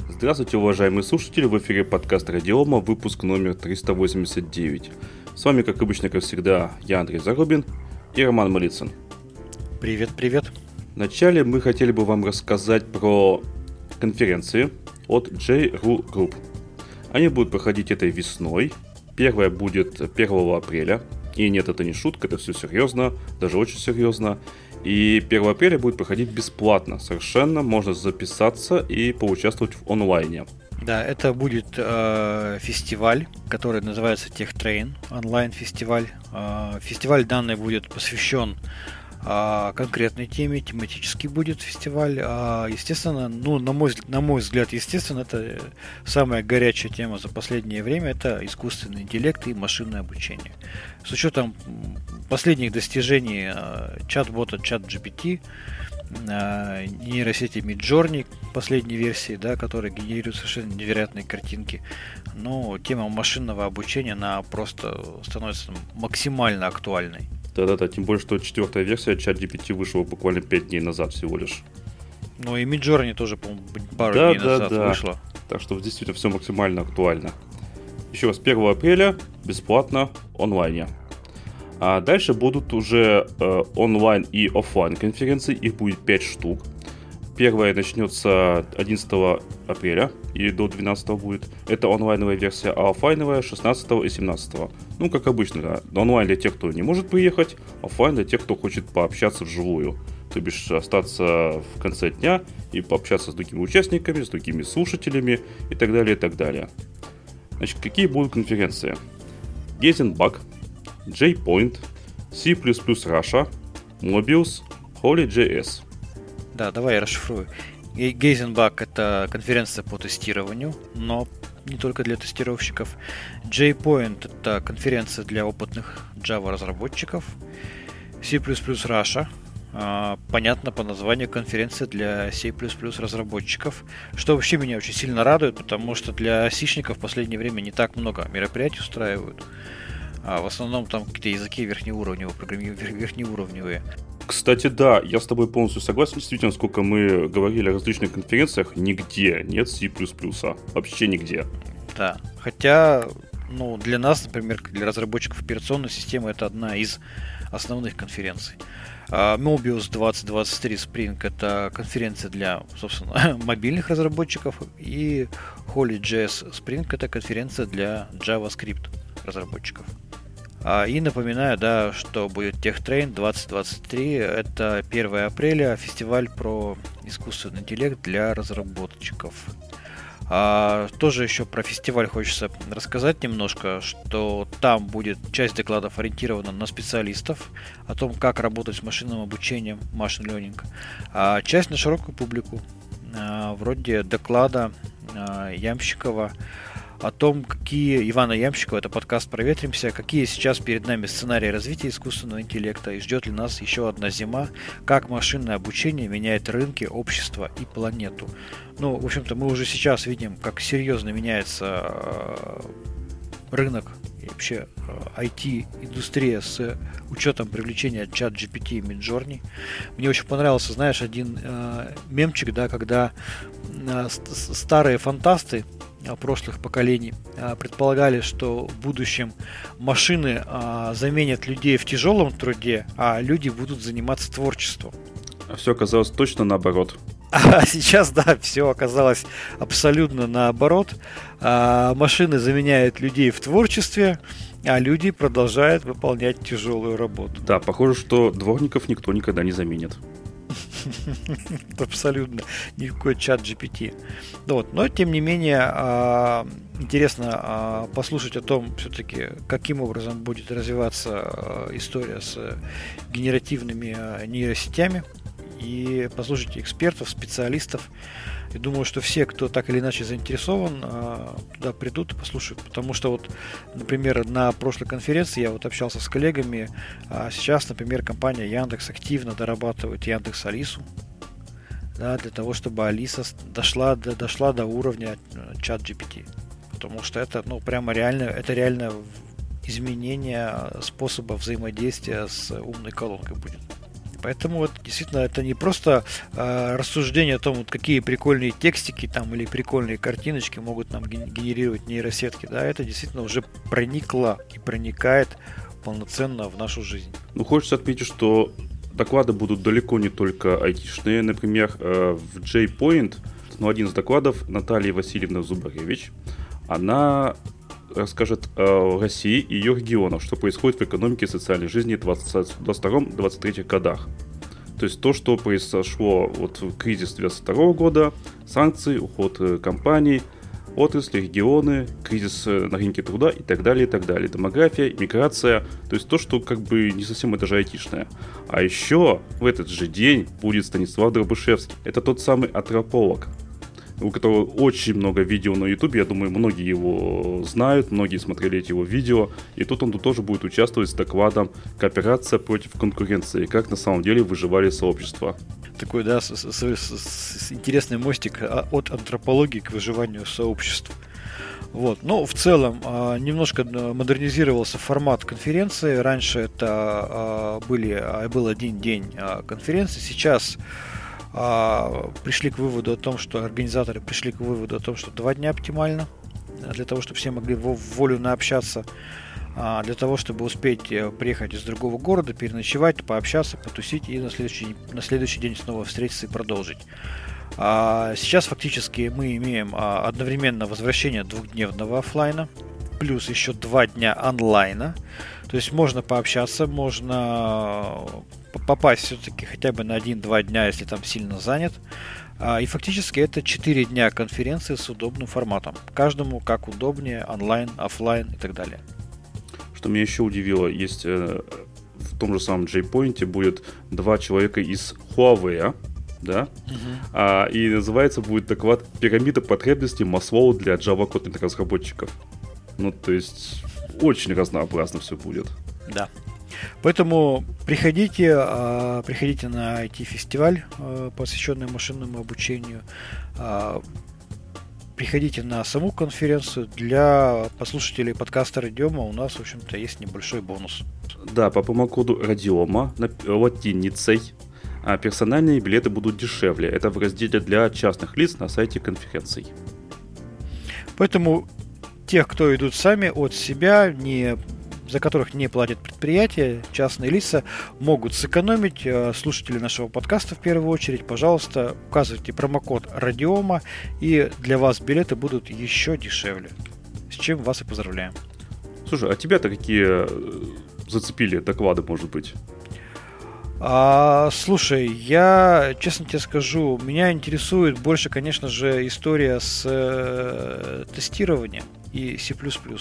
Здравствуйте, уважаемые слушатели, в эфире подкаст Радиома, выпуск номер 389. С вами, как обычно, как всегда, я, Андрей Зарубин и Роман Малицын. Привет. Вначале мы хотели бы вам рассказать про конференции от JRU Group. Они будут проходить этой весной. Первая будет 1 апреля. И нет, это не шутка, это все серьезно, даже очень серьезно. И 1 апреля будет проходить бесплатно. Совершенно можно записаться и поучаствовать в онлайне. Да, это будет фестиваль, который называется TechTrain, онлайн-фестиваль. Фестиваль данный будет посвящен конкретной теме, тематический будет фестиваль. Естественно, на мой взгляд, естественно, это самая горячая тема за последнее время, это искусственный интеллект и машинное обучение. С учетом последних достижений чат-бота ChatGPT, нейросети Midjourney последней версии, да, которая генерирует совершенно невероятные картинки. Но тема машинного обучения, она просто становится максимально актуальной. Да-да-да, тем более, что 4-я версия ChatGPT вышла буквально 5 дней назад всего лишь. Ну и Midjourney тоже, по-моему, пару дней назад вышла. Так что действительно все максимально актуально. Еще раз, 1 апреля бесплатно онлайне. А дальше будут уже онлайн и офлайн конференции, их будет 5 штук. Первая начнется 11 апреля и до 12 будет. Это онлайновая версия, а офлайновая 16 и 17. Ну, как обычно, да. Онлайн для тех, кто не может приехать, офлайн для тех, кто хочет пообщаться вживую. То бишь остаться в конце дня и пообщаться с другими участниками, с другими слушателями и так далее, и так далее. Значит, какие будут конференции? Geisenbach, JPoint, C++ Russia, Mobius, Holy.js. Да, давай я расшифрую. Geisenbach — это конференция по тестированию, но не только для тестировщиков. JPoint — это конференция для опытных Java разработчиков. C++ Russia, понятно по названию, конференция для C++ разработчиков, что вообще меня очень сильно радует, потому что для сишников в последнее время не так много мероприятий устраивают. А в основном там какие-то языки верхнеуровневые. Кстати, да, я с тобой полностью согласен. Действительно, сколько мы говорили о различных конференциях, нигде нет C++. Вообще нигде. Да, хотя, для нас, например, для разработчиков операционной системы, это одна из основных конференций. Mobius 2023 Spring — это конференция для, собственно, мобильных разработчиков, и Holy.js Spring — это конференция для JavaScript разработчиков. И напоминаю, да, что будет TechTrain 2023, это 1 апреля, фестиваль про искусственный интеллект для разработчиков. Тоже еще про фестиваль хочется рассказать немножко, что там будет часть докладов ориентирована на специалистов, о том, как работать с машинным обучением, machine learning, а часть на широкую публику, вроде доклада Ямщикова о том, Ивана Ямщикова, это подкаст «Проветримся», какие сейчас перед нами сценарии развития искусственного интеллекта и ждет ли нас еще одна зима, как машинное обучение меняет рынки, общество и планету. В общем-то, мы уже сейчас видим, как серьезно меняется рынок и вообще IT-индустрия с учетом привлечения ChatGPT и Midjourney. Мне очень понравился, знаешь, один мемчик, да, когда старые фантасты прошлых поколений предполагали, что в будущем машины заменят людей в тяжелом труде, а люди будут заниматься творчеством. А все оказалось точно наоборот. А сейчас, да, все оказалось абсолютно наоборот. Машины заменяют людей в творчестве, а люди продолжают выполнять тяжелую работу. Да, похоже, что дворников никто никогда не заменит. Абсолютно. Никакой чат GPT. Но, тем не менее, интересно послушать о том, все-таки, каким образом будет развиваться история с генеративными нейросетями. И послушать экспертов, специалистов. Я думаю, что все, кто так или иначе заинтересован, туда придут и послушают. Потому что, например, на прошлой конференции я общался с коллегами. Сейчас, например, компания Яндекс активно дорабатывает Яндекс Алису. Да, для того, чтобы Алиса дошла до уровня чат GPT. Потому что это, прямо реально, это реально изменение способа взаимодействия с умной колонкой будет. Поэтому вот действительно это не просто рассуждение о том, вот, какие прикольные текстики там или прикольные картиночки могут нам генерировать нейросетки. Да, это действительно уже проникло и проникает полноценно в нашу жизнь. Ну, хочется отметить, что доклады будут далеко не только айтишные. Например, в J-Point, один из докладов Натальи Васильевны Зубаревич, она расскажет о России и ее регионах, что происходит в экономике и социальной жизни в 2022-2023 годах. То есть то, что произошло вот в кризис 2022 года, санкции, уход компаний, отрасли, регионы, кризис на рынке труда и так далее, и так далее. Демография, миграция, то есть то, что как бы не совсем это же айтишное. А еще в этот же день будет Станислав Дробышевский. Это тот самый антрополог, у которого очень много видео на YouTube. Я думаю, многие его знают, многие смотрели эти его видео. И тут он тоже будет участвовать с докладом «Кооперация против конкуренции. Как на самом деле выживали сообщества». Такой, да, с интересный мостик от антропологии к выживанию сообществ. Вот. Ну, в целом, немножко модернизировался формат конференции. Раньше это был один день конференции. Сейчас пришли к выводу о том, что организаторы пришли к выводу о том, что 2 дня оптимально для того, чтобы все могли волю наобщаться, для того, чтобы успеть приехать из другого города, переночевать, пообщаться, потусить и на следующий день снова встретиться и продолжить. Сейчас фактически мы имеем одновременно возвращение 2-дневного офлайна, плюс еще 2 дня онлайна. То есть можно пообщаться, можно попасть все-таки хотя бы на 1-2 дня, если там сильно занят. И фактически это 4 дня конференции с удобным форматом. Каждому как удобнее, онлайн, офлайн и так далее. Что меня еще удивило, есть в том же самом J-Point будет 2 человека из Huawei, да? И называется будет доклад «Пирамида потребностей Маслоу для Java-кодных разработчиков». Ну, то есть, очень разнообразно все будет. Да. Поэтому приходите на IT-фестиваль, посвященный машинному обучению. Приходите на саму конференцию. Для послушателей подкаста Радиома у нас, в общем-то, есть небольшой бонус. Да, по промокоду Радиома латиницей персональные билеты будут дешевле. Это в разделе для частных лиц на сайте конференций. Поэтому тех, кто идут сами от себя, за которых не платят предприятия, частные лица, могут сэкономить. Слушатели нашего подкаста в первую очередь, пожалуйста, указывайте промокод Радиома, и для вас билеты будут еще дешевле. С чем вас и поздравляем. Слушай, а тебя-то какие зацепили доклады, может быть? Слушай, я, честно тебе скажу, меня интересует больше, конечно же, история с тестированием и C++.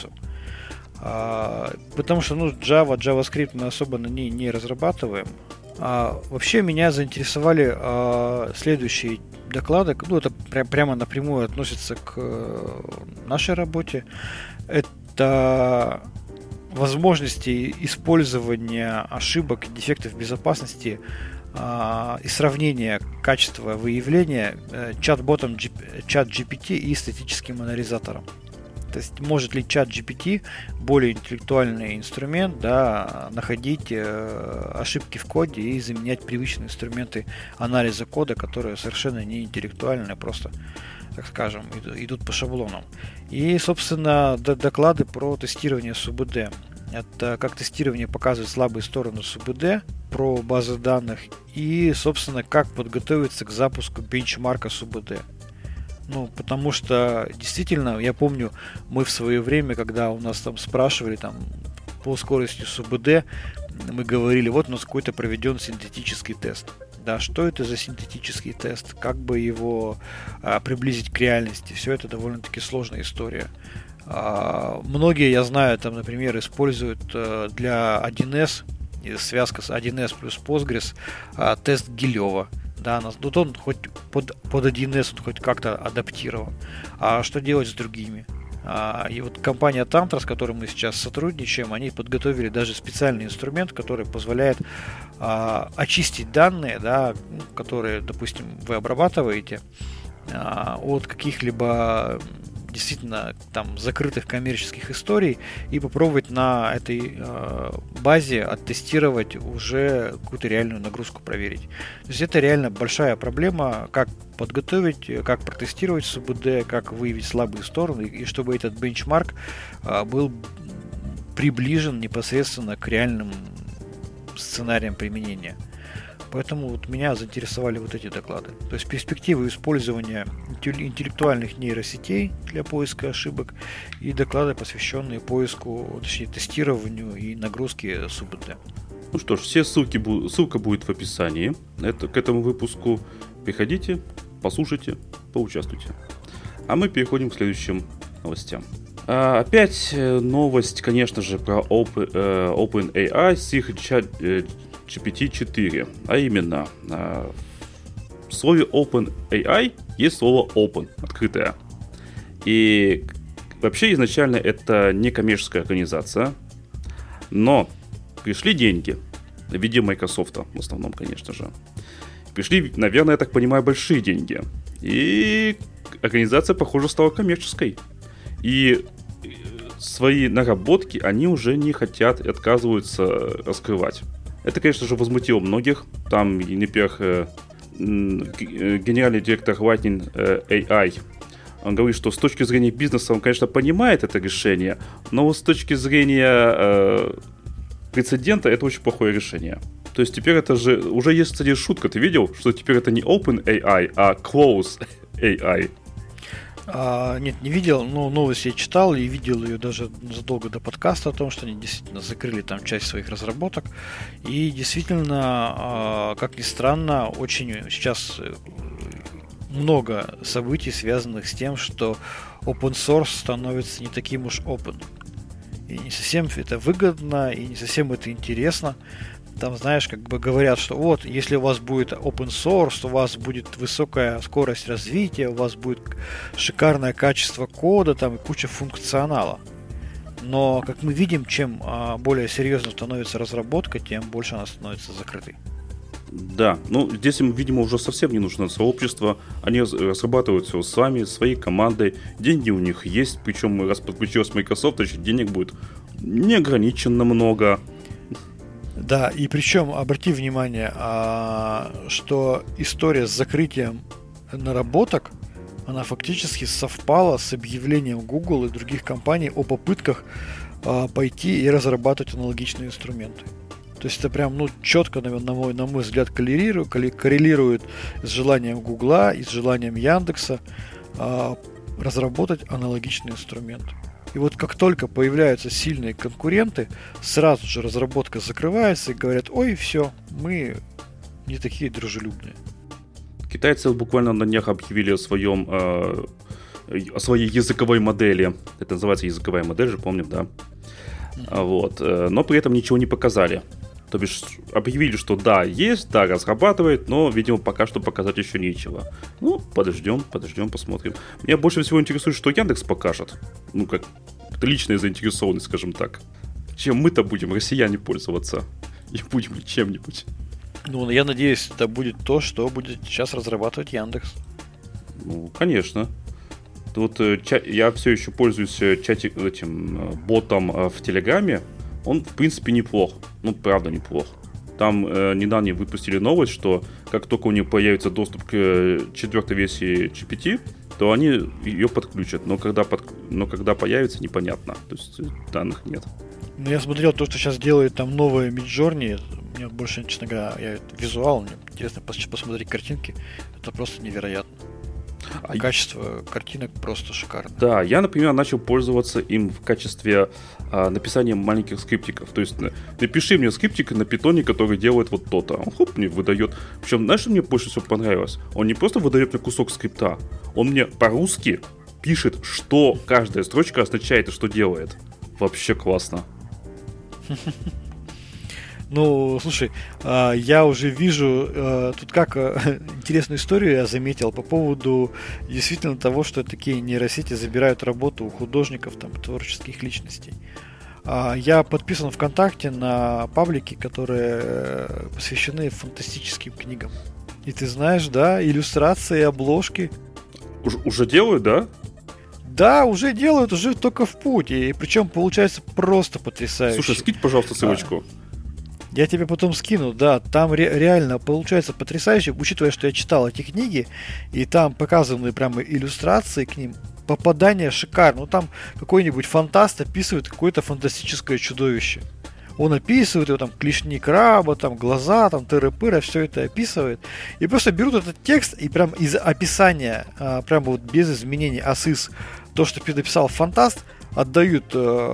Потому что, JavaScript мы особо на ней не разрабатываем. Вообще меня заинтересовали следующие доклады. Ну, это прямо напрямую относится к нашей работе. Это возможности использования ошибок и дефектов безопасности и сравнения качества выявления чат-ботом ChatGPT и статическим анализатором. То есть может ли ChatGPT, более интеллектуальный инструмент, да, находить ошибки в коде и заменять привычные инструменты анализа кода, которые совершенно не интеллектуальные, просто, так скажем, идут по шаблонам. И, собственно, доклады про тестирование СУБД. Это как тестирование показывает слабые стороны СУБД, про базы данных и, собственно, как подготовиться к запуску бенчмарка СУБД. Ну, потому что, действительно, я помню, мы в свое время, когда у нас там спрашивали там, по скорости СУБД, мы говорили, вот у нас какой-то проведен синтетический тест. Да, что это за синтетический тест? Как бы его приблизить к реальности? Все это довольно-таки сложная история. Многие, я знаю, там, например, используют для 1С, связка с 1С плюс Postgres, тест Гилева. Да, тут он хоть под 1С он хоть как-то адаптирован. А что делать с другими? И вот компания Tantra, с которой мы сейчас сотрудничаем, они подготовили даже специальный инструмент, который позволяет очистить данные, да, которые, допустим, вы обрабатываете от каких-либо действительно там закрытых коммерческих историй и попробовать на этой базе оттестировать уже какую-то реальную нагрузку проверить. То есть это реально большая проблема, как подготовить, как протестировать СУБД, как выявить слабые стороны, и чтобы этот бенчмарк был приближен непосредственно к реальным сценариям применения. Поэтому вот меня заинтересовали вот эти доклады. То есть перспективы использования интеллектуальных нейросетей для поиска ошибок и доклады, посвященные поиску, точнее тестированию и нагрузке СУБД. Ну что ж, ссылка будет в описании к этому выпуску. Приходите, послушайте, поучаствуйте. А мы переходим к следующим новостям. Опять новость, конечно же, про OpenAI с их GPT-4. А именно, в слове OpenAI есть слово open, открытое. И вообще изначально это не коммерческая организация, но пришли деньги в виде Microsoft, в основном, конечно же. Пришли, наверное, я так понимаю, большие деньги. И организация, похоже, стала коммерческой. И свои наработки они уже не хотят и отказываются раскрывать. Это, конечно же, возмутило многих. Там, например, генеральный директор Lightning AI, он говорит, что с точки зрения бизнеса он, конечно, понимает это решение, но вот с точки зрения прецедента это очень плохое решение. То есть теперь это же... Уже есть, кстати, шутка, ты видел, что теперь это не OpenAI, а Close AI. Нет, не видел, но новость я читал и видел ее даже задолго до подкаста о том, что они действительно закрыли там часть своих разработок. И действительно, как ни странно, очень сейчас много событий, связанных с тем, что open source становится не таким уж open. И не совсем это выгодно, и не совсем это интересно. Там, знаешь, как бы говорят, что вот, если у вас будет open source, у вас будет высокая скорость развития, у вас будет шикарное качество кода, там и куча функционала. Но, как мы видим, чем более серьезно становится разработка, тем больше она становится закрытой. Да, ну здесь им, видимо, уже совсем не нужно сообщество. Они разрабатывают все сами, своей командой. Деньги у них есть, причем раз подключилась Microsoft, значит денег будет неограниченно много. Да, и причем, обрати внимание, что история с закрытием наработок, она фактически совпала с объявлением Google и других компаний о попытках пойти и разрабатывать аналогичные инструменты. То есть это прям, четко, на мой взгляд, коррелирует с желанием Гугла и с желанием Яндекса разработать аналогичный инструмент. И вот как только появляются сильные конкуренты, сразу же разработка закрывается и говорят: ой, все, мы не такие дружелюбные. Китайцы буквально на днях объявили о своей языковой модели. Это называется языковая модель же, помним, да? Вот. Но при этом ничего не показали. То бишь объявили, что да, есть, да, разрабатывает, но, видимо, пока что показать еще нечего. Ну, подождем, посмотрим. Меня больше всего интересует, что Яндекс покажет. Ну, как личная заинтересованность, скажем так. Чем мы-то будем, россияне, пользоваться? И будем ли чем-нибудь? Ну, я надеюсь, это будет то, что будет сейчас разрабатывать Яндекс. Ну, конечно. Вот я все еще пользуюсь этим ботом в Телеграме. Он, в принципе, неплох. Ну, правда, неплох. Там недавно выпустили новость, что как только у них появится доступ к 4-й версии GPT, то они ее подключат. Но когда появится, непонятно. То есть данных нет. Ну, я смотрел то, что сейчас делает там новое Midjourney. Мне больше, честно говоря, визуал. Мне интересно посмотреть картинки. Это просто невероятно. Качество картинок просто шикарно. Да, я, например, начал пользоваться им в качестве написания маленьких скриптиков. То есть напиши мне скриптик на питоне, который делает вот то-то. Он мне выдает. Причем, знаешь, что мне больше всего понравилось? Он не просто выдает мне кусок скрипта, он мне по-русски пишет, что каждая строчка означает и что делает. Вообще классно. Ну, слушай, я уже вижу тут как интересную историю я заметил по поводу действительно того, что такие нейросети забирают работу у художников, там, творческих личностей. Я подписан ВКонтакте на паблики, которые посвящены фантастическим книгам. И ты знаешь, да, иллюстрации, обложки. Уже делают, да? Да, уже делают, уже только в путь. И причем получается просто потрясающе. Слушай, скинь, пожалуйста, ссылочку. Я тебе потом скину, да, там реально получается потрясающе, учитывая, что я читал эти книги, и там показаны прямо иллюстрации к ним, попадание шикарно. Ну там какой-нибудь фантаст описывает какое-то фантастическое чудовище. Он описывает его, там, клешни краба, там, глаза, там, тыры-пыры, все это описывает. И просто берут этот текст и прям из описания, прям вот без изменений АСИС, то, что написал фантаст, отдают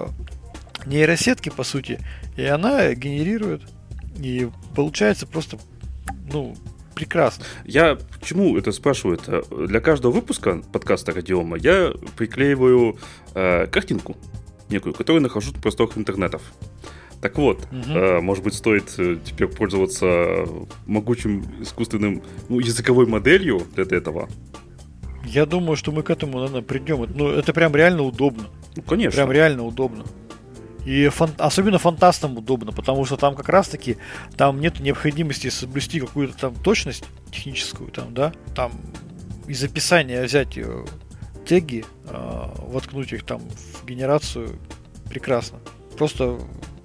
нейросетки, по сути, и она генерирует. И получается просто, ну, прекрасно. Я почему это спрашиваю? Для каждого выпуска подкаста Радиома я приклеиваю картинку некую, которую нахожу в просторах интернетов. Так вот, может быть, стоит теперь пользоваться могучим искусственным языковой моделью для этого? Я думаю, что мы к этому, наверное, придем. Ну, это прям реально удобно. Ну, конечно. Прям реально удобно. И особенно фантастам удобно, потому что там как раз-таки там нет необходимости соблюсти какую-то там точность техническую, там, да, там из описания взять теги, воткнуть их там в генерацию, прекрасно. Просто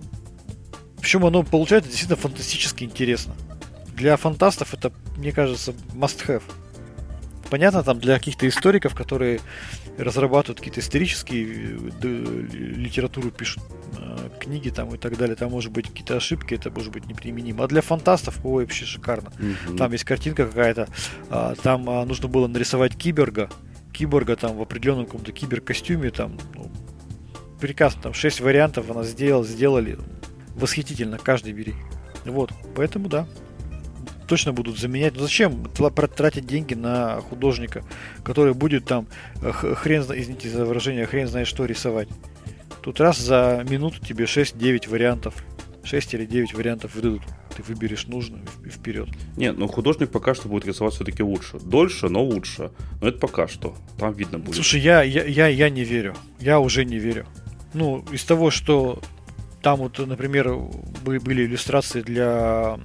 причем оно получается действительно фантастически интересно. Для фантастов это, мне кажется, must-have. Понятно, там для каких-то историков, которые разрабатывают какие-то исторические литературу, пишут книги там и так далее, там может быть какие-то ошибки, это может быть неприменимо. А для фантастов, ой, вообще шикарно. Там есть картинка какая-то, там нужно было нарисовать киборга там в определенном каком-то киберкостюме, там, ну, прекрасно, там 6 вариантов она сделали. Восхитительно, каждый бери. Вот, поэтому да, точно будут заменять. Но зачем тратить деньги на художника, который будет там извините за выражение, хрен знает что рисовать. Тут раз за минуту тебе 6-9 вариантов. 6 или 9 вариантов выдадут. Ты выберешь нужно и вперед. Нет, ну художник пока что будет рисовать все-таки лучше. Дольше, но лучше. Но это пока что. Там видно будет. Слушай, я не верю. Я уже не верю. Ну, из того, что там вот, например, были иллюстрации для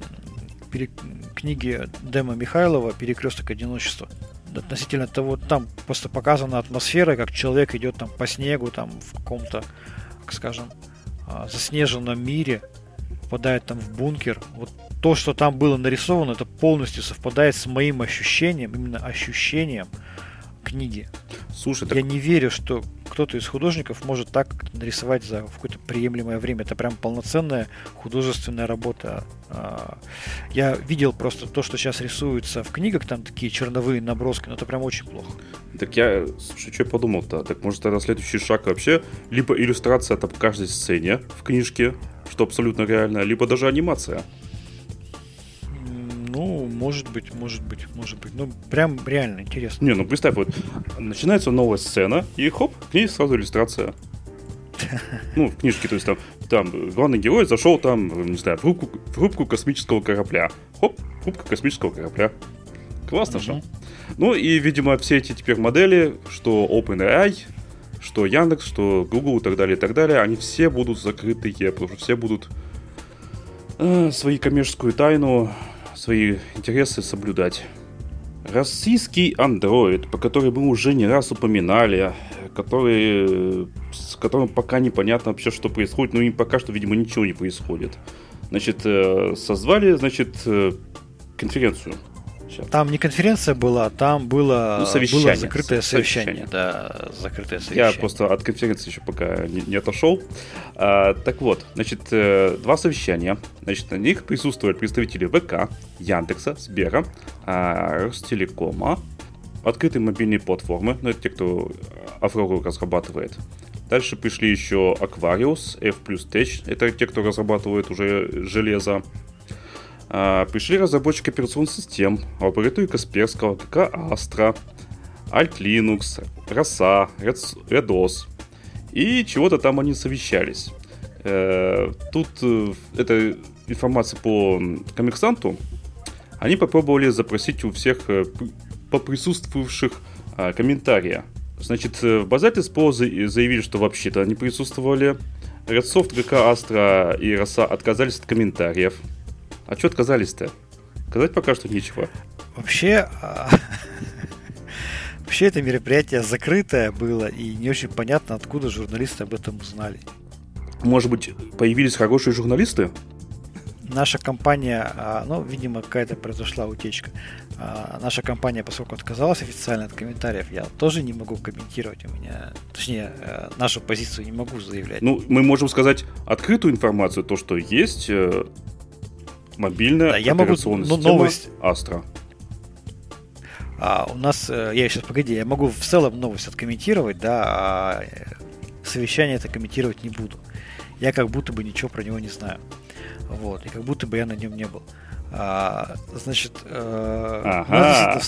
книги Дэма Михайлова «Перекресток одиночества». Относительно того, там просто показана атмосфера, как человек идет там по снегу, там в каком-то, как скажем, заснеженном мире, попадает там в бункер. Вот то, что там было нарисовано, это полностью совпадает с моим ощущением, именно ощущением книги. Слушай, я не верю, что кто-то из художников может так нарисовать за какое-то приемлемое время. Это прям полноценная художественная работа. Я видел просто то, что сейчас рисуется в книгах, там такие черновые наброски, но это прям очень плохо. Так я, слушай, что я подумал-то? Так может тогда следующий шаг вообще либо иллюстрация там по каждой сцене в книжке, что абсолютно реально, либо даже анимация. Ну, может быть. Ну, прям реально интересно. Не, ну представь, вот начинается новая сцена, и хоп, к ней сразу иллюстрация. Ну, в книжке, то есть там главный герой зашел там, не знаю, в рубку космического корабля. Хоп, рубка космического корабля. Классно же. Ну и, видимо, все эти теперь модели, что OpenAI, что Яндекс, что Google и так далее, они все будут закрытые, потому что все будут свою коммерческую тайну, свои интересы соблюдать. Российский Android, по которому мы уже не раз упоминали, с которым пока непонятно вообще, что происходит, но им пока что, видимо, ничего не происходит. Значит, созвали, конференцию. Сейчас. Там не конференция была, там было закрытое совещание. Да, закрытое совещание. Я просто от конференции еще пока не отошел. Так вот, значит, два совещания. Значит, на них присутствовали представители ВК, Яндекса, Сбера, Ростелекома, открытой мобильной платформы, ну это те, кто Аврору разрабатывает. Дальше пришли еще Aquarius, F+Tech, это те, кто разрабатывает уже железо. Пришли разработчики операционных систем, лаборатории Касперского, ГК Astra, Alt Linux, Rosa, RedOS. И чего-то там они совещались. Тут это информация по коммерсанту. Они попробовали запросить у всех поприсутствовавших комментария. Значит, в базе СПО заявили, что вообще-то они присутствовали. Redsoft, ГК Astra и Rosa отказались от комментариев. А что отказались-то? Сказать пока что нечего. Вообще Вообще это мероприятие закрытое было, и не очень понятно, откуда журналисты об этом узнали. Может быть, появились хорошие журналисты? Наша компания, видимо, какая-то произошла утечка. Наша компания, поскольку отказалась официально от комментариев, я тоже не могу комментировать нашу позицию не могу заявлять. Ну, мы можем сказать открытую информацию, то, что есть мобильная операционная система Astra. У нас, я могу в целом новость откомментировать, да, а совещание это комментировать не буду. Я как будто бы ничего про него не знаю. Вот, и как будто бы я на нем не был. У нас действительно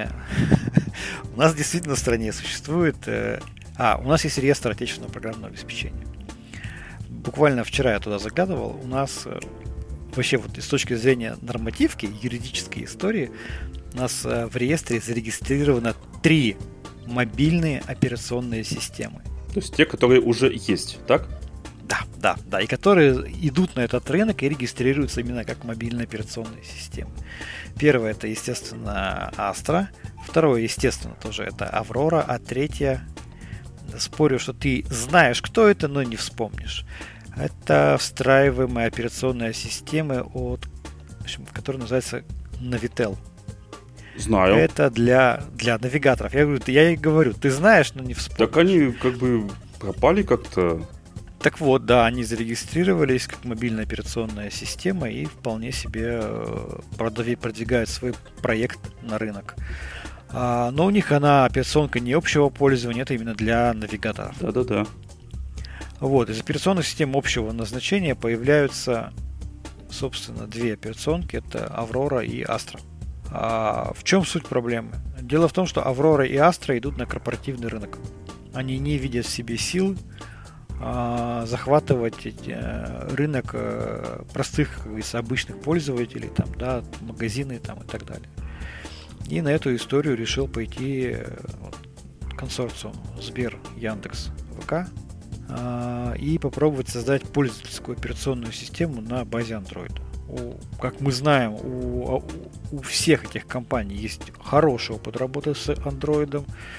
в стране существует... у нас есть реестр отечественного программного обеспечения. Буквально вчера я туда заглядывал. У нас вообще вот с точки зрения нормативки, юридической истории, у нас в реестре зарегистрировано 3 мобильные операционные системы. То есть те, которые уже есть, так? Да, и которые идут на этот рынок и регистрируются именно как мобильные операционные системы. Первое это, естественно, Astra. Второе, естественно, тоже это Aurora. А третье, спорю, что ты знаешь, кто это, но не вспомнишь. Это встраиваемая операционная система, которая называется Navitel. Знаю. Это для навигаторов. Я и говорю, ты знаешь, но не вспомнишь. Так они как бы пропали как-то. Так вот, да, они зарегистрировались как мобильная операционная система и вполне себе продвигают свой проект на рынок. Но у них операционка не общего пользования, это именно для навигаторов. Да. Вот, из операционных систем общего назначения появляются, собственно, 2 операционки, это Aurora и Astra. В чем суть проблемы? Дело в том, что Aurora и Astra идут на корпоративный рынок. Они не видят в себе сил захватывать рынок простых, как говорится, обычных пользователей, там, да, магазины там, и так далее. И на эту историю решил пойти консорциум Сбер, Яндекс, ВК и попробовать создать пользовательскую операционную систему на базе Android. Как мы знаем, у всех этих компаний есть хороший опыт работы с Android.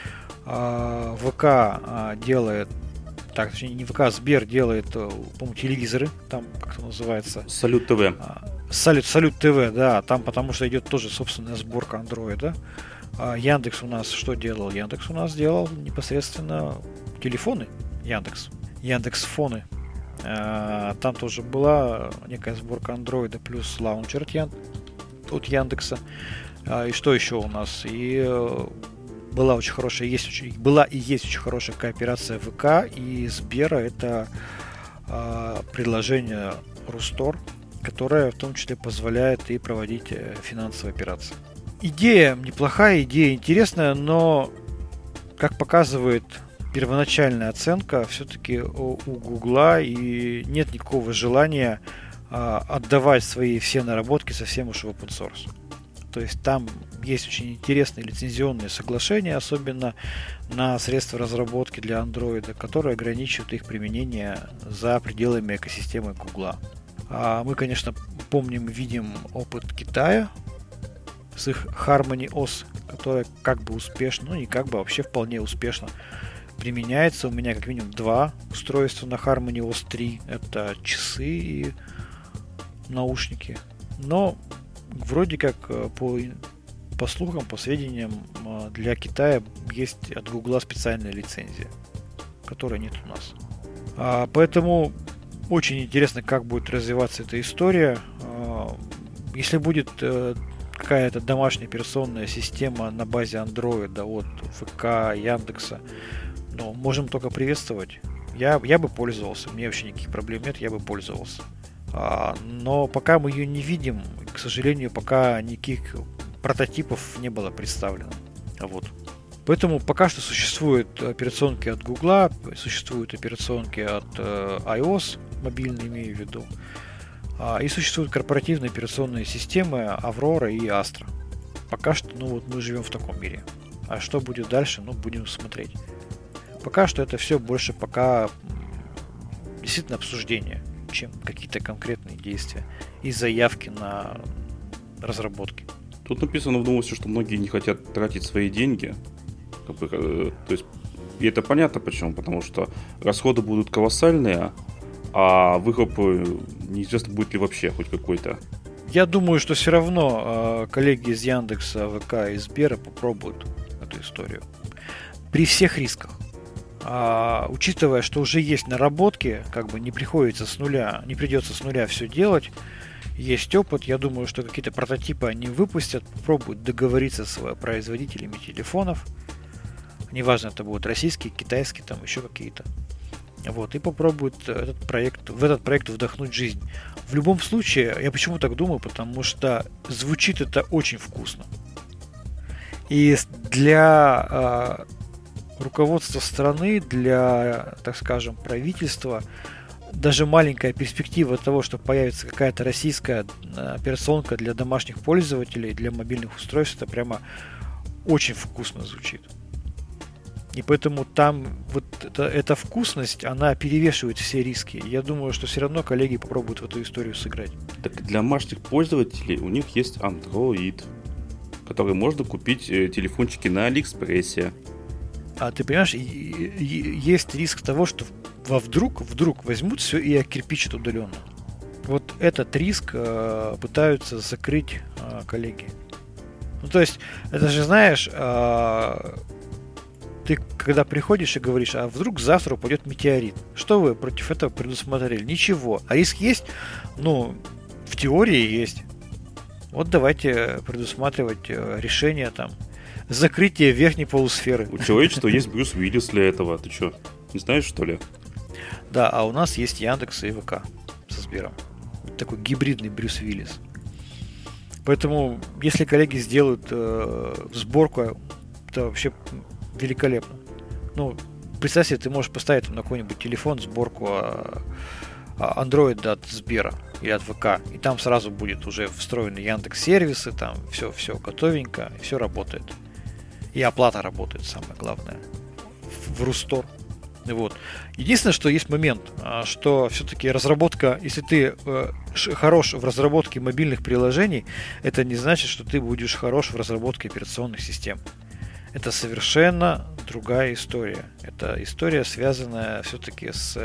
ВК делает точнее, не ВК, Сбер делает, по-моему, телевизоры, там, как это называется? Салют ТВ. Салют ТВ, да, там потому что идет тоже собственная сборка андроида. Яндекс у нас что делал? Яндекс у нас делал непосредственно телефоны Яндекс.Фоны. Там тоже была некая сборка андроида плюс лаунчер от Яндекса. И что еще у нас? Была и есть очень хорошая кооперация ВК и Сбера. Это предложение Рустор, которое в том числе позволяет и проводить финансовые операции. Идея неплохая, идея интересная, но, как показывает первоначальная оценка, все-таки у Гугла и нет никакого желания отдавать свои все наработки совсем уж в open source. То есть там есть очень интересные лицензионные соглашения, особенно на средства разработки для Android, которые ограничивают их применение за пределами экосистемы Гугла. Мы, конечно, помним и видим опыт Китая с их Harmony OS, которая как бы успешно, не как бы, вообще вполне успешно применяется. У меня как минимум 2 устройства на Harmony OS 3. Это часы и наушники. Но вроде как по слухам, по сведениям, для Китая есть от Гугла специальная лицензия, которой нет у нас. Поэтому очень интересно, как будет развиваться эта история. Если будет какая-то домашняя операционная система на базе Android от ВК, Яндекса, можем только приветствовать. Я бы пользовался, мне вообще никаких проблем нет, я бы пользовался. Но пока мы ее не видим, к сожалению, пока никаких прототипов не было представлено. Поэтому пока что существуют операционки от Гугла, существуют операционки от iOS, мобильные имею в виду, и существуют корпоративные операционные системы Aurora и Astra. Пока что, мы живем в таком мире. А что будет дальше, будем смотреть. Пока что это все больше пока действительно обсуждение, чем какие-то конкретные действия и заявки на разработки. Тут написано в новости, что многие не хотят тратить свои деньги То есть, и это понятно почему, потому что расходы будут колоссальные, а выхлоп неизвестно будет ли вообще хоть какой-то. Я думаю, что все равно коллеги из Яндекса, ВК и Сбера попробуют эту историю. При всех рисках. Учитывая, что уже есть наработки, как бы не придется с нуля все делать, есть опыт, я думаю, что какие-то прототипы они выпустят, попробуют договориться с производителями телефонов. Неважно, это будут российские, китайские, там еще какие-то. Вот, и попробуют в этот проект вдохнуть жизнь. В любом случае, я почему так думаю, потому что звучит это очень вкусно. И для руководства страны, для, так скажем, правительства, даже маленькая перспектива того, что появится какая-то российская операционка для домашних пользователей, для мобильных устройств, это прямо очень вкусно звучит. И поэтому там вот эта вкусность, она перевешивает все риски. Я думаю, что все равно коллеги попробуют в эту историю сыграть. Так для домашних пользователей у них есть Android, который можно купить телефончики на Алиэкспрессе. А ты понимаешь, есть риск того, что вдруг возьмут все и окирпичат удаленно. Вот этот риск пытаются закрыть коллеги. Ну, то есть, это же, знаешь, ты когда приходишь и говоришь, а вдруг завтра упадет метеорит, что вы против этого предусмотрели? Ничего. А риск есть? Ну, в теории есть. Вот давайте предусматривать решение там закрытие верхней полусферы. У человечества есть Брюс Уиллис для этого. Ты что, не знаешь, что ли? Да, а у нас есть Яндекс и ВК со Сбером. Такой гибридный Брюс Уиллис. Поэтому, если коллеги сделают сборку, это вообще великолепно. Ну, представь себе, ты можешь поставить на какой-нибудь телефон сборку Android от Сбера или от ВК, и там сразу будет уже встроены Яндекс-сервисы, там все готовенько, и все работает. И оплата работает, самое главное. В Рустор. Вот. Единственное, что есть момент, что все-таки разработка, если ты хорош в разработке мобильных приложений, это не значит, что ты будешь хорош в разработке операционных систем. Это совершенно другая история. Это история, связанная все-таки с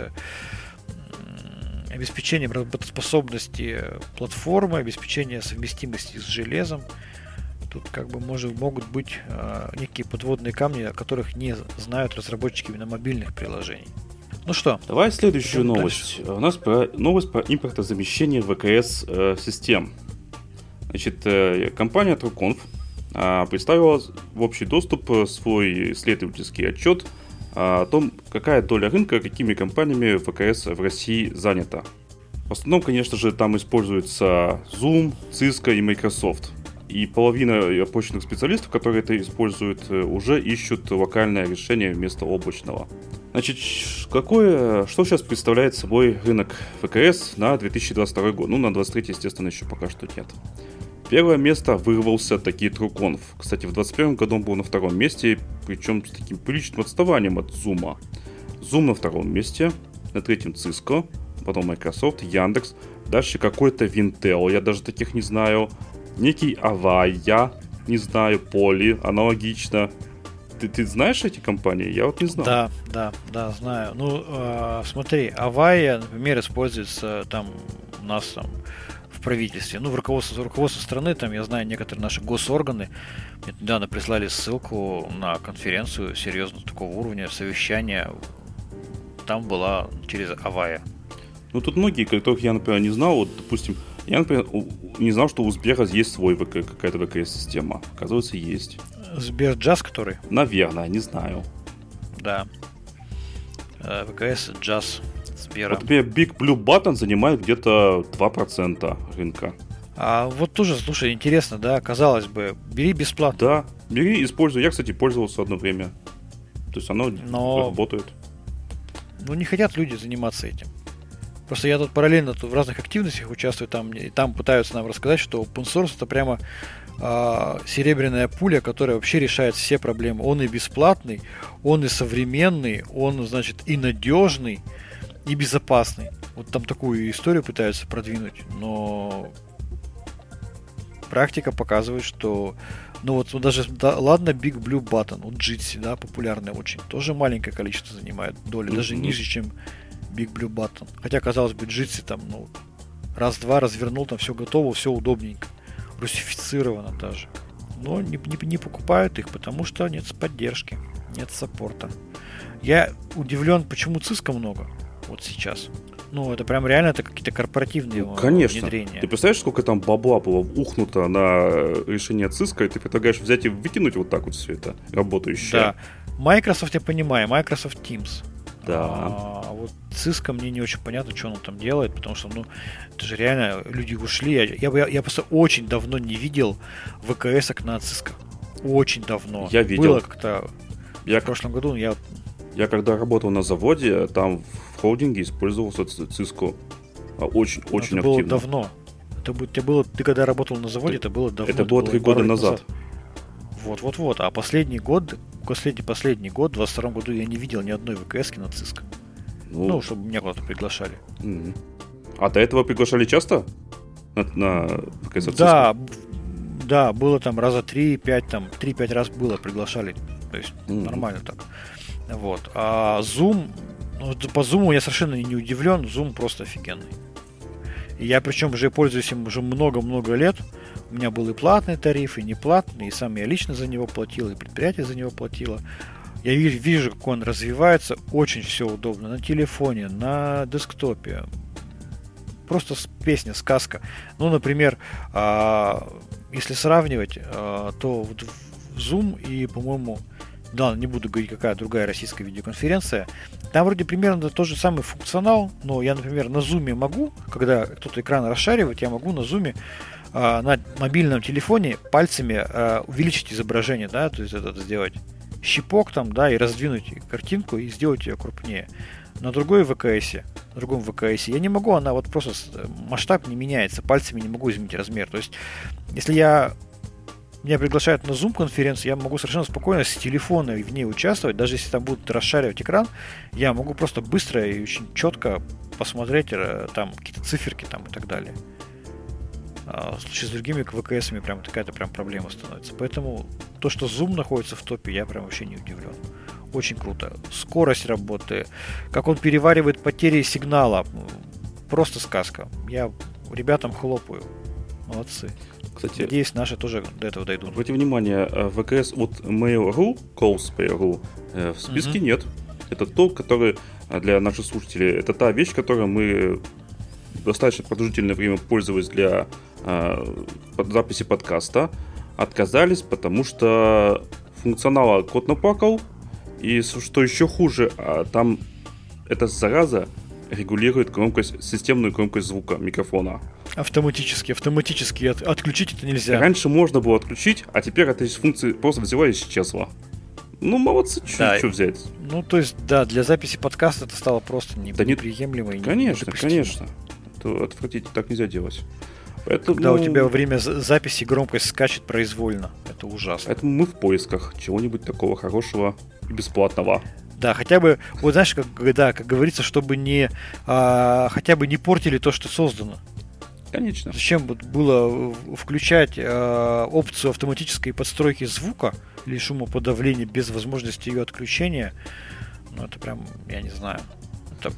обеспечением работоспособности платформы, обеспечением совместимости с железом. Тут как бы могут быть некие подводные камни, о которых не знают разработчики именно мобильных приложений. Ну что? Давай следующую новость. Дальше. У нас новость про импортозамещение ВКС систем. Значит, компания TrueConf представила в общий доступ свой исследовательский отчет о том, какая доля рынка, какими компаниями ВКС в России занята. В основном, конечно же, там используются Zoom, Cisco и Microsoft. И половина опущенных специалистов, которые это используют, уже ищут локальное решение вместо облачного. Значит, что сейчас представляет собой рынок ВКС на 2022 год? Ну, на 2023, естественно, еще пока что нет. Первое место вырвался таки TrueConf. Кстати, в 2021 году он был на втором месте, причем с таким приличным отставанием от Zoom. Zoom на втором месте, на третьем Cisco, потом Microsoft, Яндекс, дальше какой-то Wintel, я даже таких не знаю, некий Avaya, не знаю, Poly, аналогично. Ты знаешь эти компании? Я вот не знал. Да, знаю. Ну, смотри, Avaya, например, используется там у нас там в правительстве, ну, в руководстве страны, там, я знаю, некоторые наши госорганы мне недавно прислали ссылку на конференцию серьезно такого уровня, совещания, там была через Avaya. Ну, тут многие, которых я, например, не знал, вот, допустим, я, например, не знал, что у Сбера есть свой какая-то ВКС-система. Оказывается, есть. Сберджаз, который? Наверное, не знаю. Да. ВКС Джаз Сбера. Вот, например, Big Blue Button занимает где-то 2% рынка. А вот тоже, слушай, интересно, да, казалось бы, бери бесплатно. Да, бери, используй. Я, кстати, пользовался одно время. То есть оно работает. Ну, не хотят люди заниматься этим. Просто я тут параллельно в разных активностях участвую, там пытаются нам рассказать, что open source это прямо серебряная пуля, которая вообще решает все проблемы. Он и бесплатный, он и современный, он, значит, и надежный, и безопасный. Вот там такую историю пытаются продвинуть, но практика показывает, что даже, да, ладно, Big Blue Button, Jitsi, да, популярный очень, тоже маленькое количество занимает доли, даже ниже, чем Big Blue Button. Хотя, казалось бы, Jitsi там, раз-два развернул, там все готово, все удобненько, русифицировано даже. Но не покупают их, потому что нет поддержки, нет саппорта. Я удивлен, почему Cisco много вот сейчас. Это прям реально это какие-то корпоративные внедрения. Ты представляешь, сколько там бабла было ухнуто на решение Cisco, и ты предлагаешь взять и выкинуть вот так вот все это работающее? Да. Microsoft я понимаю, Microsoft Teams. Да. А вот Cisco мне не очень понятно, что он там делает, потому что, это же реально люди ушли. Я просто очень давно не видел ВКС-ок на Cisco. Очень давно. Я видел. Было как-то в прошлом году. Я когда работал на заводе, там в холдинге использовался Cisco очень это активно. Было давно. Ты когда работал на заводе, это было давно. Это было 3 года назад. Вот. А последний год, в 22 году я не видел ни одной ВКС-ки на Cisco. Чтобы меня куда-то приглашали. А до этого приглашали часто? На ВКС от Cisco? Да, было там раза 3-5 раз было, приглашали. То есть нормально так. Вот. А Zoom, по Zoom я совершенно не удивлен, Zoom просто офигенный. И я причем уже пользуюсь им уже много-много лет. У меня был и платный тариф, и неплатный, и сам я лично за него платил, и предприятие за него платило. Я вижу, как он развивается, очень все удобно. На телефоне, на десктопе. Просто песня, сказка. Например, если сравнивать, то вот в Zoom и, по-моему, не буду говорить, какая другая российская видеоконференция, там вроде примерно тот же самый функционал, но я, например, на Zoom могу, когда кто-то экран расшаривает, я могу на Zoom на мобильном телефоне пальцами увеличить изображение, да, то есть это сделать щипок там, да, и раздвинуть картинку и сделать ее крупнее. На другом ВКС я не могу, она вот просто масштаб не меняется, пальцами не могу изменить размер. То есть, если меня приглашают на Zoom-конференцию, я могу совершенно спокойно с телефона в ней участвовать, даже если там будут расшаривать экран, я могу просто быстро и очень четко посмотреть там какие-то циферки там и так далее. В случае с другими ВКСами прям такая-то прям проблема становится. Поэтому то, что Zoom находится в топе, я прям вообще не удивлен. Очень круто. Скорость работы, как он переваривает потери сигнала, просто сказка. Я ребятам хлопаю. Молодцы. Кстати, надеюсь, наши тоже до этого дойдут. Обратите внимание, ВКС от Mail.ru, Calls Mail.ru в списке нет. Это тот, который для наших слушателей, это та вещь, которой мы достаточно продолжительное время пользовались для записи подкаста. Отказались, потому что функционала кот наплакал. И что еще хуже, там эта зараза регулирует системную громкость звука микрофона. Автоматически отключить это нельзя. Раньше можно было отключить, а теперь эта функция просто взяла и исчезла. Молодцы, что взять. То есть, да, для записи подкаста это стало просто неприемлемо. Конечно. Это отвратительно, так нельзя делать. Поэтому, когда у тебя во время записи громкость скачет произвольно. Это ужасно. Поэтому мы в поисках чего-нибудь такого хорошего и бесплатного. Да, хотя бы, вот знаешь, как говорится, чтобы хотя бы не портили то, что создано. Конечно. Зачем было включать опцию автоматической подстройки звука или шумоподавления без возможности ее отключения? Это прям, я не знаю. Это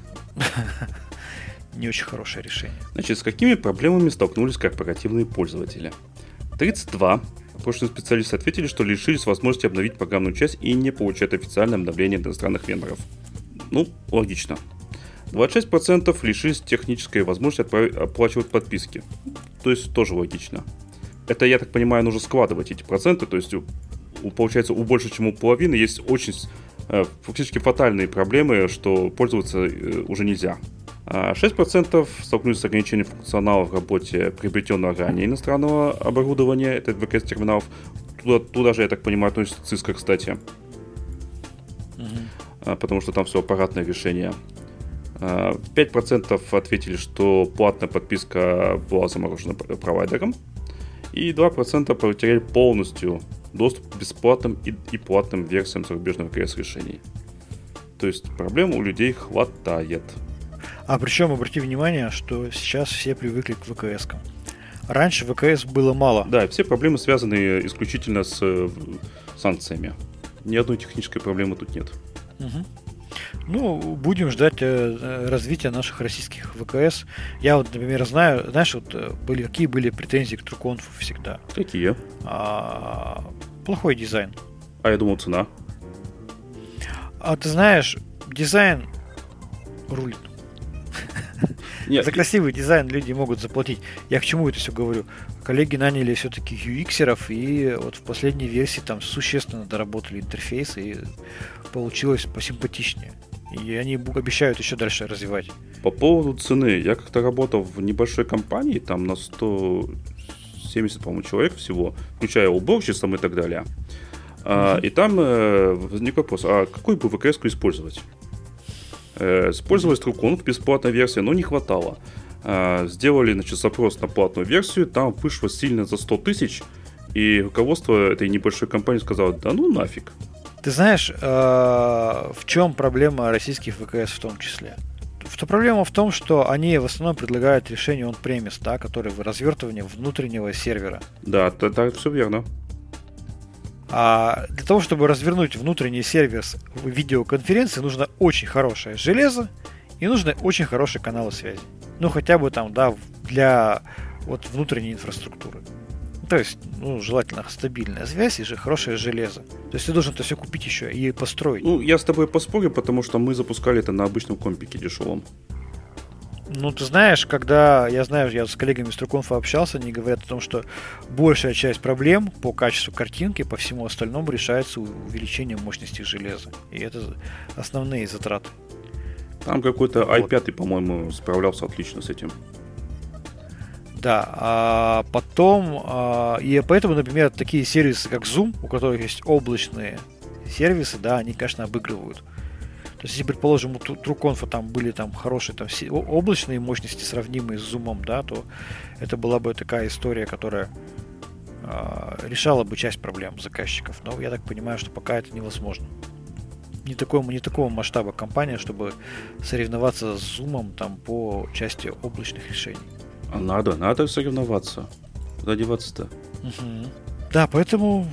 не очень хорошее решение. Значит, с какими проблемами столкнулись корпоративные пользователи? 32 опрошенные специалисты ответили, что лишились возможности обновить программную часть и не получать официальное обновление от иностранных вендоров. Логично. 26% лишились технической возможности оплачивать подписки. То есть тоже логично. Это, я так понимаю, нужно складывать эти проценты. То есть, получается, у больше, чем у половины есть очень фактически фатальные проблемы, что пользоваться уже нельзя. 6% столкнулись с ограничением функционала в работе приобретенного ранее иностранного оборудования, это ВКС-терминалов. Туда же, я так понимаю, относится Cisco, кстати. Потому что там все аппаратное решение. 5% ответили, что платная подписка была заморожена провайдером. И 2% потеряли полностью доступ к бесплатным и платным версиям зарубежных ВКС-решений. То есть проблем у людей хватает. А причем, обрати внимание, что сейчас все привыкли к ВКС-кам. Раньше ВКС было мало. Да, все проблемы связаны исключительно с санкциями. Ни одной технической проблемы тут нет. Угу. Ну, будем ждать развития наших российских ВКС. Я вот, например, знаю, знаешь, вот какие были претензии к TrueConf всегда. Какие? Плохой дизайн. А я думал, цена. А ты знаешь, дизайн рулит. Нет. За красивый дизайн люди могут заплатить. Я к чему это все говорю? Коллеги наняли все-таки UX-еров, и вот в последней версии там существенно доработали интерфейс, и получилось посимпатичнее. И они обещают еще дальше развивать. По поводу цены. Я как-то работал в небольшой компании, там на 170, по-моему, человек всего, включая уборщицам и так далее. И там возник вопрос, а какую бы ВКС-ку использовать? Использовалась TrueConf, бесплатная версия, но не хватало. Сделали, значит, запрос на платную версию, там вышло сильно за 100 тысяч, и руководство этой небольшой компании сказало, да ну нафиг. Ты знаешь, в чем проблема российских ВКС в том числе? Проблема в том, что они в основном предлагают решение on-premise, да, которое развертывание внутреннего сервера. Да, это все верно. А для того, чтобы развернуть внутренний сервер видеоконференции, нужно очень хорошее железо и нужны очень хорошие каналы связи. Ну, хотя бы там, да, для вот внутренней инфраструктуры. То есть, ну, желательно стабильная связь и же хорошее железо. То есть ты должен это все купить еще и построить. Ну, я с тобой поспорю, потому что мы запускали это на обычном компике дешевом. Ну, ты знаешь, когда я с коллегами из TrueConf общался, они говорят о том, что большая часть проблем по качеству картинки, по всему остальному решается увеличением мощности железа. И это основные затраты. Там какой-то i5, по-моему, справлялся отлично с этим. Да, а потом, и поэтому, например, такие сервисы, как Zoom, у которых есть облачные сервисы, да, они, конечно, обыгрывают. То есть, если, предположим, у TrueConf там были там хорошие там, облачные мощности, сравнимые с Zoom, да, то это была бы такая история, которая решала бы часть проблем заказчиков. Но я так понимаю, что пока это невозможно. Не такого масштаба компания, чтобы соревноваться с Zoom там, по части облачных решений. А надо соревноваться. Куда деваться-то? Угу. Да, поэтому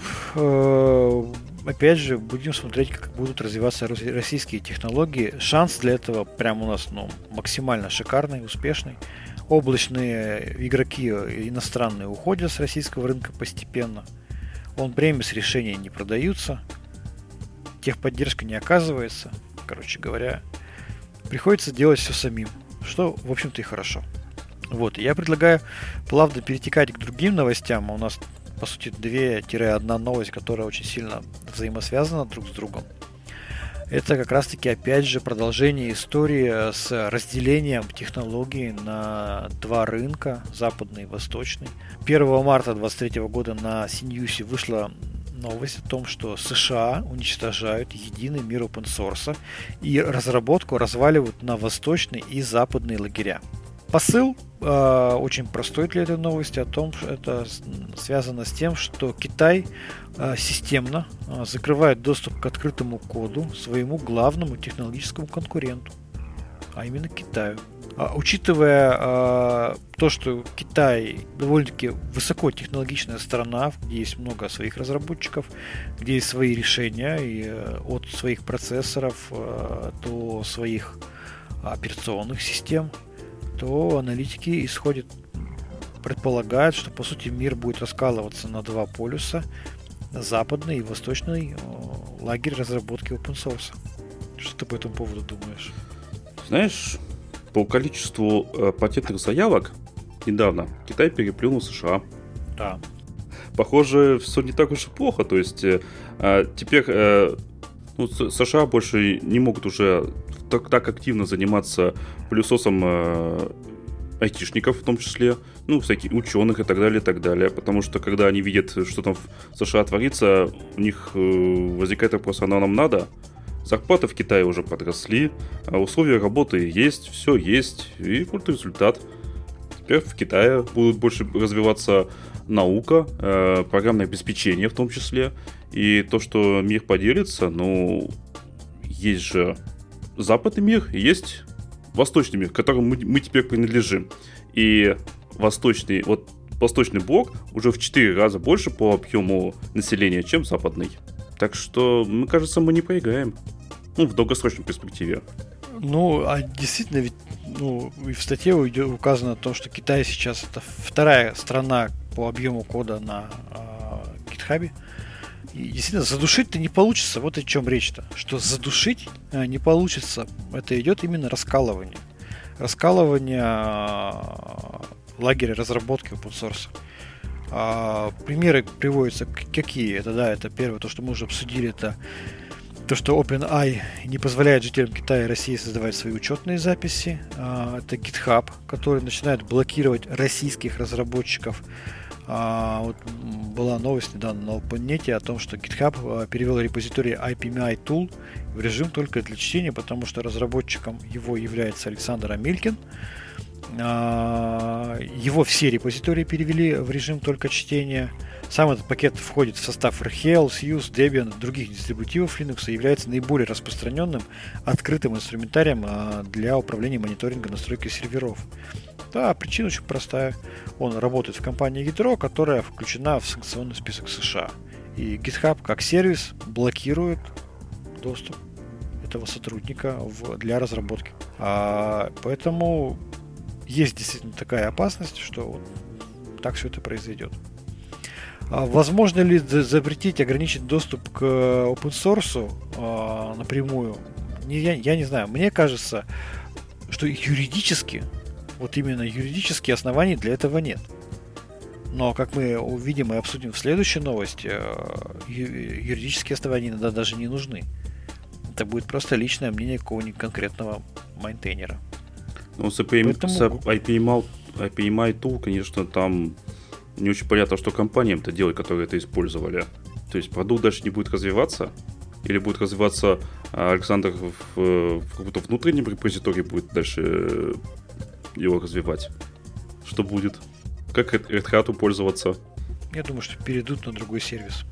опять же, будем смотреть, как будут развиваться российские технологии. Шанс для этого прям у нас максимально шикарный, успешный. Облачные игроки иностранные уходят с российского рынка постепенно. On-premise решения не продаются. Техподдержка не оказывается. Короче говоря, приходится делать все самим. Что, в общем-то, и хорошо. Вот, я предлагаю плавно перетекать к другим новостям. У нас, по сути, 2-1 новость, которая очень сильно взаимосвязана друг с другом. Это как раз-таки, опять же, продолжение истории с разделением технологий на два рынка, западный и восточный. 1 марта 2023 года на CNews вышла новость о том, что США уничтожают единый мир open source и разработку разваливают на восточные и западные лагеря. Посыл очень простой для этой новости, о том, что это связано с тем, что Китай системно закрывает доступ к открытому коду своему главному технологическому конкуренту, а именно Китаю. Учитывая то, что Китай довольно-таки высокотехнологичная страна, где есть много своих разработчиков, где есть свои решения, и от своих процессоров до своих операционных систем, то аналитики предполагают, что по сути мир будет раскалываться на два полюса: западный и восточный лагерь разработки open source. Что ты по этому поводу думаешь? Знаешь, по количеству патентных заявок недавно Китай переплюнул США. Да. Похоже, все не так уж и плохо. То есть теперь США больше не могут уже так активно заниматься пылесосом айтишников в том числе, всяких ученых и так далее, потому что когда они видят, что там в США творится, у них возникает вопрос, оно нам надо? Зарплаты в Китае уже подросли, условия работы есть, все есть, и вот результат. Теперь в Китае будут больше развиваться наука, программное обеспечение в том числе, и то, что мир поделится, есть же западный мир, и есть восточный мир, к которому мы теперь принадлежим. И восточный, вот восточный блок уже в 4 раза больше по объему населения, чем западный. Так что, мне кажется, мы не проиграем. В долгосрочной перспективе. А действительно, ведь и в статье указано о том, что Китай сейчас это вторая страна по объему кода на GitHub. И действительно, задушить-то не получится. Вот о чем речь-то. Что задушить не получится. Это идет именно раскалывание. Раскалывание лагеря разработки open source. Примеры приводятся какие? Это первое, то, что мы уже обсудили, это то, что OpenAI не позволяет жителям Китая и России создавать свои учетные записи. Это GitHub, который начинает блокировать российских разработчиков. Вот была новость недавно на OpenNet о том, что GitHub перевел репозиторий IPMI Tool в режим только для чтения, потому что разработчиком его является Александр Амелькин. Его все репозитории перевели в режим только чтения. Сам этот пакет входит в состав RHEL, SUSE, Debian, других дистрибутивов Linux и является наиболее распространенным открытым инструментарием для управления мониторинга настройки серверов. Да, причина очень простая. Он работает в компании Ядро, которая включена в санкционный список США. И GitHub как сервис блокирует доступ этого сотрудника для разработки. Поэтому есть действительно такая опасность, что так все это произойдет. Возможно ли запретить, ограничить доступ к open source напрямую? Я не знаю. Мне кажется, что юридически, вот именно юридические оснований для этого нет. Но, как мы увидим и обсудим в следующей новости, юридические основания иногда даже не нужны. Это будет просто личное мнение какого-нибудь конкретного майнтейнера. С IPMI Tool, конечно, там не очень понятно, что компаниям-то делать, которые это использовали. То есть продукт дальше не будет развиваться? Или будет развиваться Александр в каком-то внутреннем репозитории будет дальше его развивать? Что будет? Как Red Hat пользоваться? Я думаю, что перейдут на другой сервис.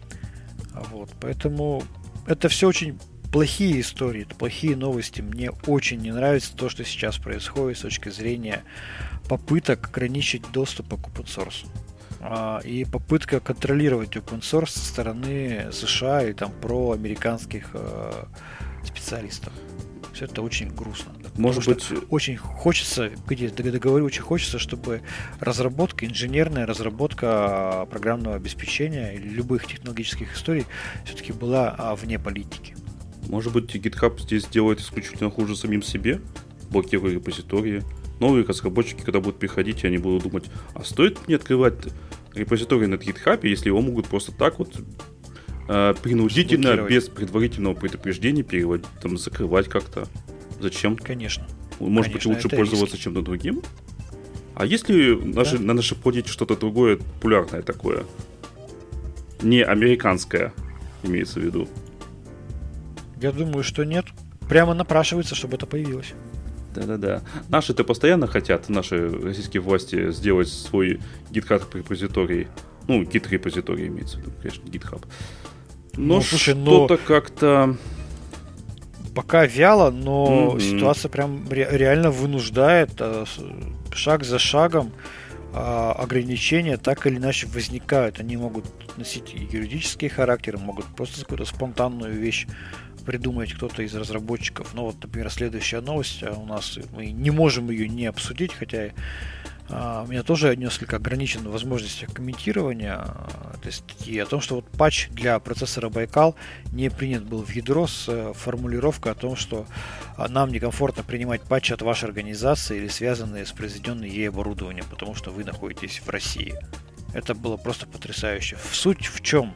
Поэтому это все очень плохие истории, это плохие новости. Мне очень не нравится то, что сейчас происходит с точки зрения попыток ограничить доступ к open source. И попытка контролировать open source со стороны США и проамериканских специалистов. Все это очень грустно. Может быть, очень хочется, очень хочется, чтобы инженерная разработка программного обеспечения или любых технологических историй все-таки была вне политики. Может быть, GitHub здесь делает исключительно хуже самим себе, блокируя репозитории. Новые разработчики, когда будут приходить, они будут думать, а стоит мне открывать репозиторий на GitHub, если его могут просто так принудительно, без предварительного предупреждения закрывать как-то. Зачем? Конечно. Может быть, лучше пользоваться чем-то другим? А если на нашей планете что-то другое популярное такое? Не американское, имеется в виду. Я думаю, что нет. Прямо напрашивается, чтобы это появилось. Да. Наши-то постоянно хотят, наши российские власти, сделать свой GitHub репозиторий. Git репозиторий имеется в виду, конечно, GitHub. Но что-то как-то... Пока вяло, но ситуация прям реально вынуждает шаг за шагом ограничения так или иначе возникают. Они могут носить юридический характер, могут просто какую-то спонтанную вещь придумать кто-то из разработчиков. Например, следующая новость у нас, мы не можем ее не обсудить, хотя у меня тоже несколько ограничены возможности комментирования этой статьи о том, что патч для процессора Байкал не принят был в ядро с формулировкой о том, что нам некомфортно принимать патчи от вашей организации или связанные с произведенным ей оборудованием, потому что вы находитесь в России. Это было просто потрясающе. Суть в чем?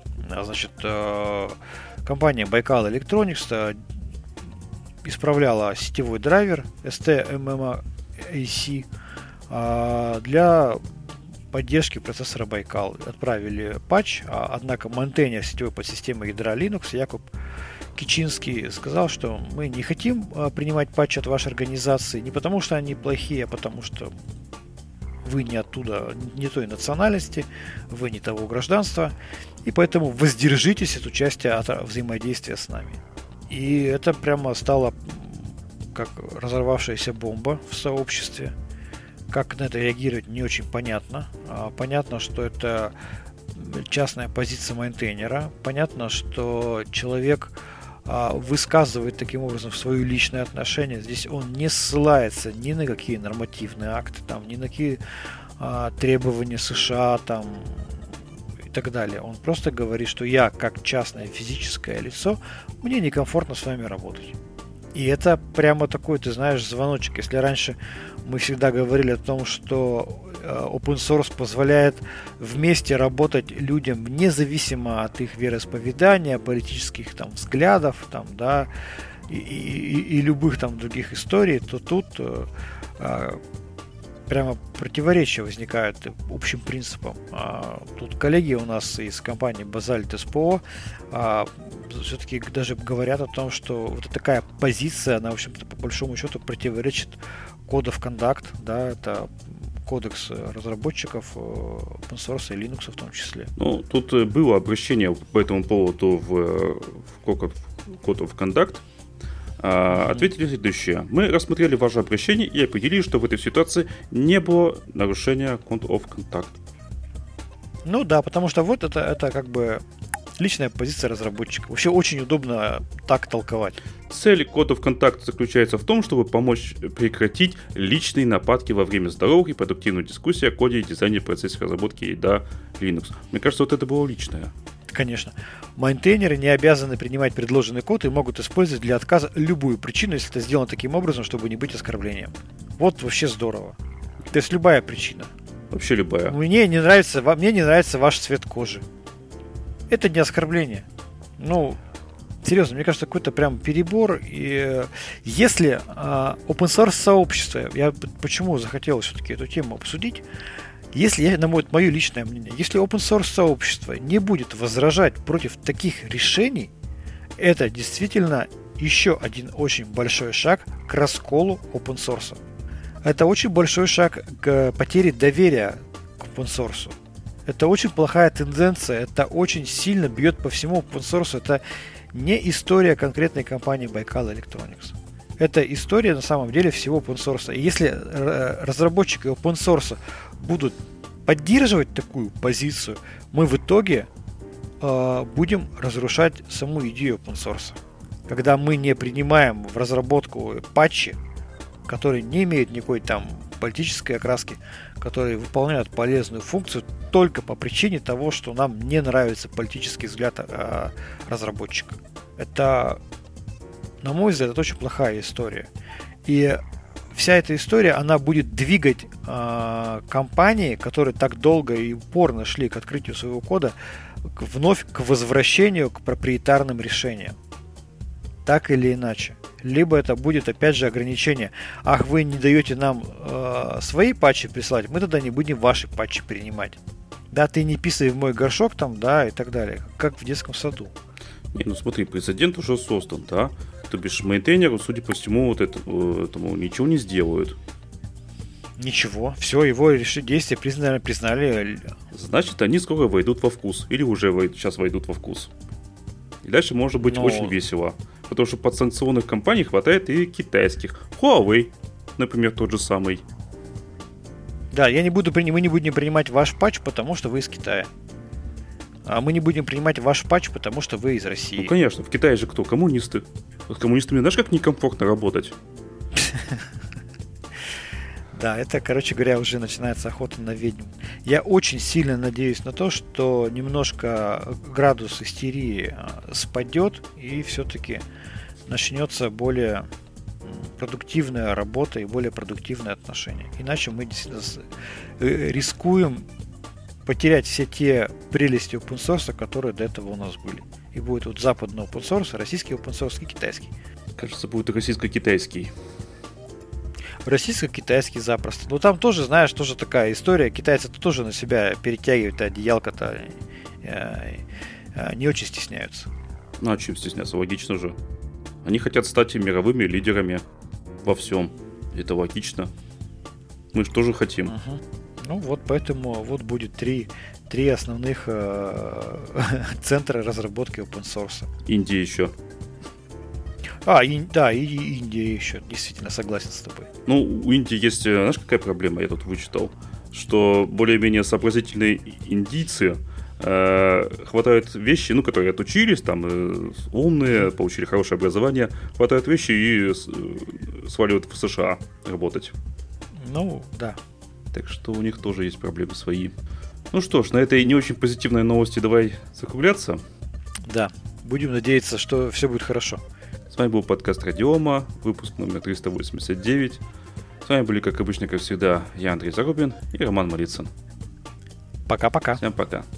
Компания Baikal Electronics исправляла сетевой драйвер STMMAC для поддержки процессора Baikal. Отправили патч, однако мейнтейнер сетевой подсистемы ядра Linux Якуб Кичинский сказал, что мы не хотим принимать патчи от вашей организации не потому, что они плохие, а потому что вы не оттуда, не той национальности, вы не того гражданства, и поэтому воздержитесь от участия, от взаимодействия с нами. И это прямо стало как разорвавшаяся бомба в сообществе. как на это реагировать, не очень понятно. Понятно, что это частная позиция мейнтейнера. Понятно, что человек высказывает таким образом свое личное отношение. Здесь он не ссылается ни на какие нормативные акты, там, ни на какие требования США там, и так далее. Он просто говорит, что я, как частное физическое лицо, мне некомфортно с вами работать. И это прямо такой, ты знаешь, звоночек. Если раньше мы всегда говорили о том, что open source позволяет вместе работать людям независимо от их вероисповедания, политических там взглядов, там, да, и любых там других историй, то тут прямо противоречия возникают общим принципам. Тут коллеги у нас из компании Basalt SPO все-таки даже говорят о том, что вот такая позиция, она, в общем-то, по большому счету противоречит Code of Conduct, да, это кодекс разработчиков open source и Linux в том числе. Ну, тут было обращение по этому поводу в Code of Conduct. Ответили следующее. Мы рассмотрели ваше обращение и определили, что в этой ситуации не было нарушения Code of Conduct. Ну да, потому что вот это как бы личная позиция разработчика. Вообще очень удобно так толковать. Цель Code of Conduct заключается в том, чтобы помочь прекратить личные нападки во время здоровых и продуктивной дискуссии о коде и дизайне в процессе разработки до Linux. Мне кажется, вот это было личное. Конечно. Майнтейнеры не обязаны принимать предложенный код и могут использовать для отказа любую причину, если это сделано таким образом, чтобы не быть оскорблением. Вот вообще здорово. То есть любая причина. Вообще любая. Мне не нравится ваш цвет кожи. Это не оскорбление. Ну, серьезно, мне кажется, какой-то прям перебор. И если open source сообщество, я почему захотел все-таки эту тему обсудить, если, на мое личное мнение, если open source сообщество не будет возражать против таких решений, это действительно еще один очень большой шаг к расколу open source. Это очень большой шаг к потере доверия к open source. Это очень плохая тенденция, это очень сильно бьет по всему open source. Это не история конкретной компании Baikal Electronics. Это история на самом деле всего open source. И если разработчики open source будут поддерживать такую позицию, мы в итоге будем разрушать саму идею open source. Когда мы не принимаем в разработку патчи, которые не имеют никакой там политической окраски, которые выполняют полезную функцию только по причине того, что нам не нравится политический взгляд разработчика. Это, на мой взгляд, это очень плохая история. И вся эта история, она будет двигать компании, которые так долго и упорно шли к открытию своего кода, вновь к возвращению к проприетарным решениям. Так или иначе. Либо это будет, опять же, ограничение. Ах, вы не даете нам свои патчи присылать, мы тогда не будем ваши патчи принимать. Да, ты не писай в мой горшок там, да, и так далее. Как в детском саду. Не, ну смотри, прецедент уже создан, да? То бишь, мейнтейнеру, судя по всему, вот этому ничего не сделают. Ничего, все, его действия признали. Значит, они скоро войдут во вкус. Или уже сейчас войдут во вкус. И дальше может быть очень весело. Потому что подсанкционных компаний хватает и китайских. Huawei, например, тот же самый. Да, мы не будем принимать ваш патч, потому что вы из Китая. А мы не будем принимать ваш патч, потому что вы из России. Ну, конечно, в Китае же кто? Коммунисты. С коммунистами знаешь, как некомфортно работать? Да, это, короче говоря, уже начинается охота на ведьм. Я очень сильно надеюсь на то, что немножко градус истерии спадет и все-таки начнется более продуктивная работа и более продуктивные отношения. Иначе мы действительно рискуем потерять все те прелести open source, которые до этого у нас были. И будет вот западный open source, российский open source и китайский. Кажется, будет российско-китайский. Российско-китайский запросто. Но там тоже, знаешь, тоже такая история. Китайцы-то тоже на себя перетягивают одеялко-то не очень стесняются. Ну, а чем стесняться? Логично же. Они хотят стать мировыми лидерами во всем. Это логично. Мы же тоже хотим. Угу. Ну вот поэтому вот будет три основных центра разработки open source. Индия еще. Да, и Индия еще, действительно, согласен с тобой. Ну, у Индии есть, знаешь, какая проблема, я тут вычитал, что более-менее сообразительные индийцы хватают вещи, ну, которые отучились, там, умные, получили хорошее образование, хватают вещи и сваливают в США работать. Ну, да. Так что у них тоже есть проблемы свои. Ну что ж, на этой не очень позитивной новости давай закругляться. Да, будем надеяться, что все будет хорошо. С вами был подкаст Радиома, выпуск номер 389. С вами были, как обычно, как всегда, я, Андрей Зарубин, и Роман Малицын. Пока-пока. Всем пока.